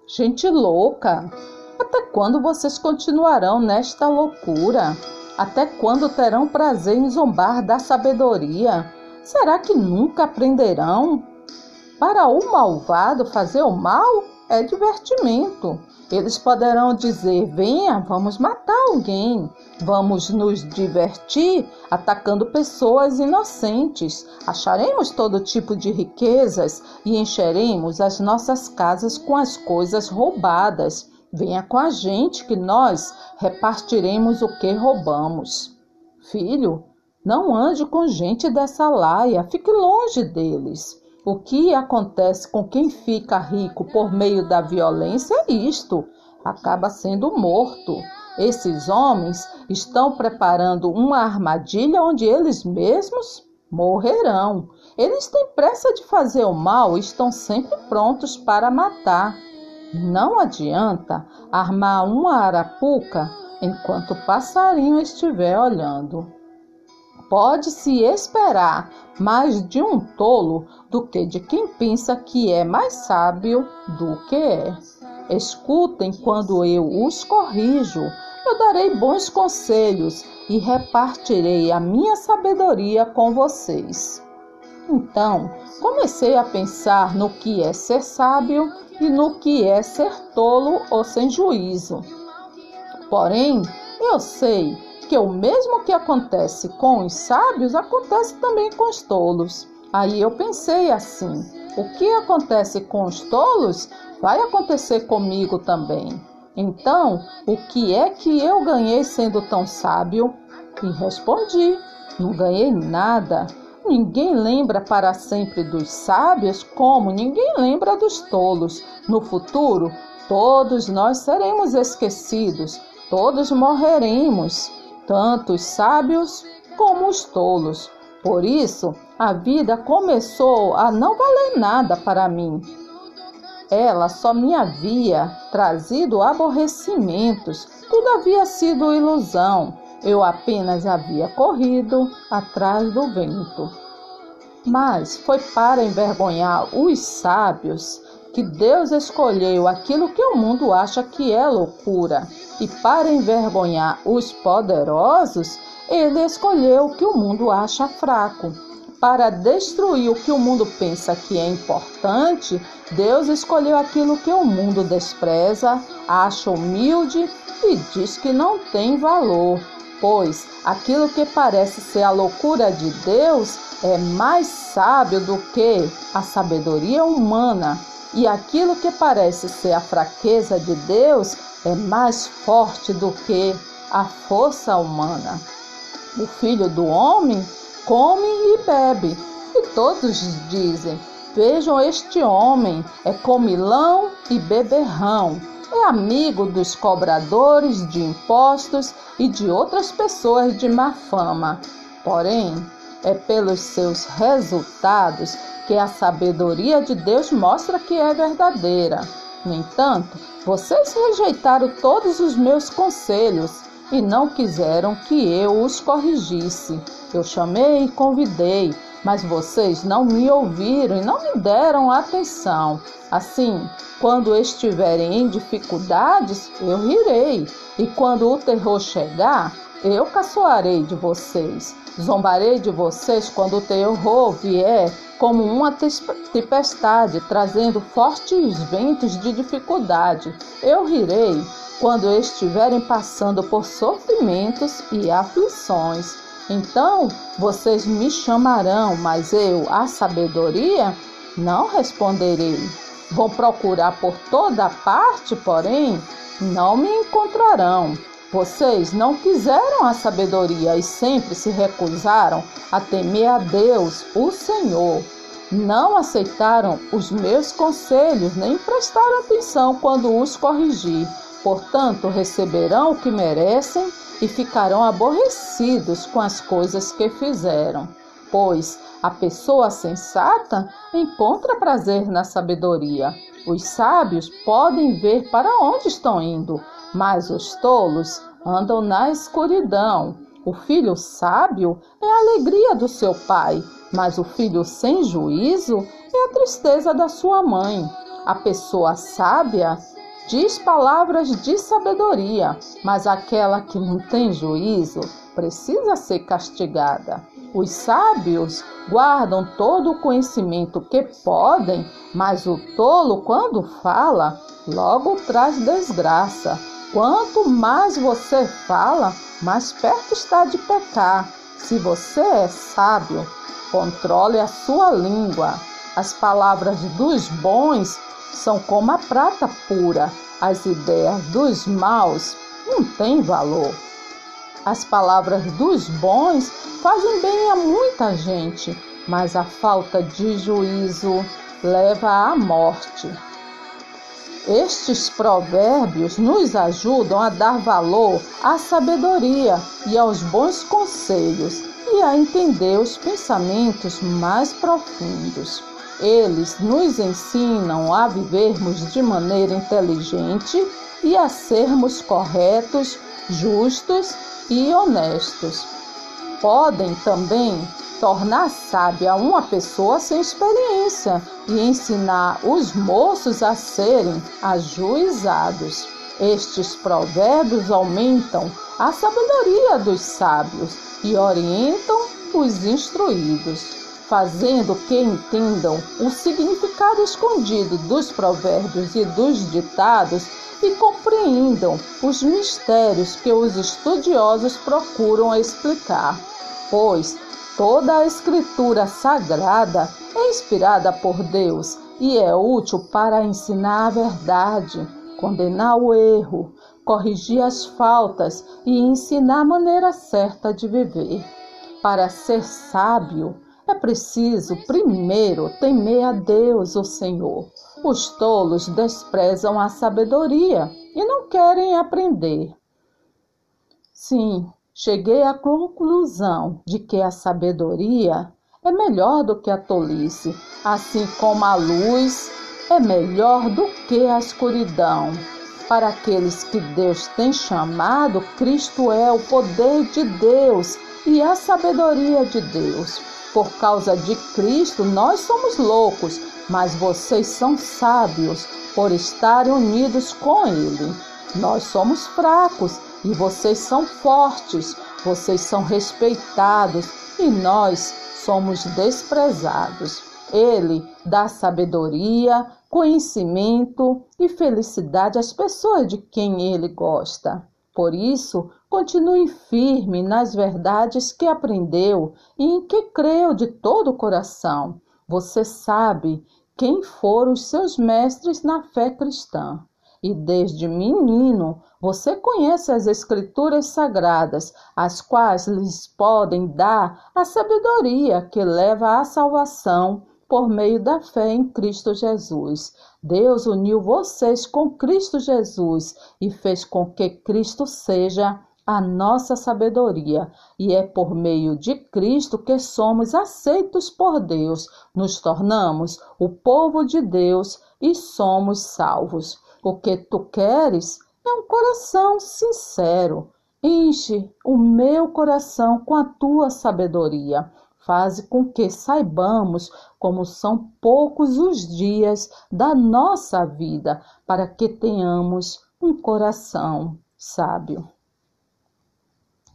Gente louca! Até quando vocês continuarão nesta loucura? Até quando terão prazer em zombar da sabedoria? Será que nunca aprenderão? Para o malvado, fazer o mal é divertimento. Eles poderão dizer: venha, vamos matar alguém. Vamos nos divertir atacando pessoas inocentes. Acharemos todo tipo de riquezas e encheremos as nossas casas com as coisas roubadas. Venha com a gente que nós repartiremos o que roubamos. Filho, não ande com gente dessa laia, fique longe deles. O que acontece com quem fica rico por meio da violência é isto: acaba sendo morto. Esses homens estão preparando uma armadilha onde eles mesmos morrerão. Eles têm pressa de fazer o mal e estão sempre prontos para matar. Não adianta armar uma arapuca enquanto o passarinho estiver olhando. Pode-se esperar mais de um tolo do que de quem pensa que é mais sábio do que é. Escutem quando eu os corrijo. Eu darei bons conselhos e repartirei a minha sabedoria com vocês. Então, comecei a pensar no que é ser sábio e no que é ser tolo ou sem juízo. Porém, eu sei que o mesmo que acontece com os sábios acontece também com os tolos. Aí eu pensei assim: o que acontece com os tolos vai acontecer comigo também. Então, o que é que eu ganhei sendo tão sábio? E respondi: não ganhei nada. Ninguém lembra para sempre dos sábios como ninguém lembra dos tolos. No futuro, todos nós seremos esquecidos, todos morreremos, tanto os sábios como os tolos. Por isso, a vida começou a não valer nada para mim. Ela só me havia trazido aborrecimentos, tudo havia sido ilusão. Eu apenas havia corrido atrás do vento. Mas foi para envergonhar os sábios que Deus escolheu aquilo que o mundo acha que é loucura. E para envergonhar os poderosos, Ele escolheu o que o mundo acha fraco. Para destruir o que o mundo pensa que é importante, Deus escolheu aquilo que o mundo despreza, acha humilde e diz que não tem valor. Pois aquilo que parece ser a loucura de Deus é mais sábio do que a sabedoria humana. E aquilo que parece ser a fraqueza de Deus é mais forte do que a força humana. O filho do homem come e bebe, e todos dizem: vejam este homem, é comilão e beberrão. É amigo dos cobradores de impostos e de outras pessoas de má fama. Porém, é pelos seus resultados que a sabedoria de Deus mostra que é verdadeira. No entanto, vocês rejeitaram todos os meus conselhos e não quiseram que eu os corrigisse. Eu chamei e convidei, mas vocês não me ouviram e não me deram atenção. Assim, quando estiverem em dificuldades, eu rirei. E quando o terror chegar, eu caçoarei de vocês. Zombarei de vocês quando o terror vier como uma tempestade, trazendo fortes ventos de dificuldade. Eu rirei quando estiverem passando por sofrimentos e aflições. Então, vocês me chamarão, mas eu, a sabedoria, não responderei. Vão procurar por toda parte, porém, não me encontrarão. Vocês não quiseram a sabedoria e sempre se recusaram a temer a Deus, o Senhor. Não aceitaram os meus conselhos, nem prestaram atenção quando os corrigi. Portanto, receberão o que merecem e ficarão aborrecidos com as coisas que fizeram. Pois a pessoa sensata encontra prazer na sabedoria. Os sábios podem ver para onde estão indo, mas os tolos andam na escuridão. O filho sábio é a alegria do seu pai, mas o filho sem juízo é a tristeza da sua mãe. A pessoa sábia diz palavras de sabedoria, mas aquela que não tem juízo precisa ser castigada. Os sábios guardam todo o conhecimento que podem, mas o tolo, quando fala, logo traz desgraça. Quanto mais você fala, mais perto está de pecar. Se você é sábio, controle a sua língua. As palavras dos bons são como a prata pura. As ideias dos maus não têm valor. As palavras dos bons fazem bem a muita gente, mas a falta de juízo leva à morte. Estes provérbios nos ajudam a dar valor à sabedoria e aos bons conselhos e a entender os pensamentos mais profundos. Eles nos ensinam a vivermos de maneira inteligente e a sermos corretos, justos e honestos. Podem também tornar sábia uma pessoa sem experiência e ensinar os moços a serem ajuizados. Estes provérbios aumentam a sabedoria dos sábios e orientam os instruídos, fazendo que entendam o significado escondido dos provérbios e dos ditados e compreendam os mistérios que os estudiosos procuram explicar, pois toda a Escritura Sagrada é inspirada por Deus e é útil para ensinar a verdade, condenar o erro, corrigir as faltas e ensinar a maneira certa de viver. Para ser sábio, é preciso primeiro temer a Deus, o Senhor. Os tolos desprezam a sabedoria e não querem aprender. Sim, cheguei à conclusão de que a sabedoria é melhor do que a tolice, assim como a luz é melhor do que a escuridão. Para aqueles que Deus tem chamado, Cristo é o poder de Deus e a sabedoria de Deus. Por causa de Cristo, nós somos loucos, mas vocês são sábios por estarem unidos com Ele. Nós somos fracos e vocês são fortes, vocês são respeitados e nós somos desprezados. Ele dá sabedoria, conhecimento e felicidade às pessoas de quem Ele gosta. Por isso, continue firme nas verdades que aprendeu e em que creu de todo o coração. Você sabe quem foram os seus mestres na fé cristã. E desde menino, você conhece as Escrituras Sagradas, as quais lhes podem dar a sabedoria que leva à salvação por meio da fé em Cristo Jesus. Deus uniu vocês com Cristo Jesus e fez com que Cristo seja a nossa sabedoria. E é por meio de Cristo que somos aceitos por Deus, nos tornamos o povo de Deus e somos salvos. O que tu queres é um coração sincero. Enche o meu coração com a tua sabedoria. Faze com que saibamos como são poucos os dias da nossa vida, para que tenhamos um coração sábio.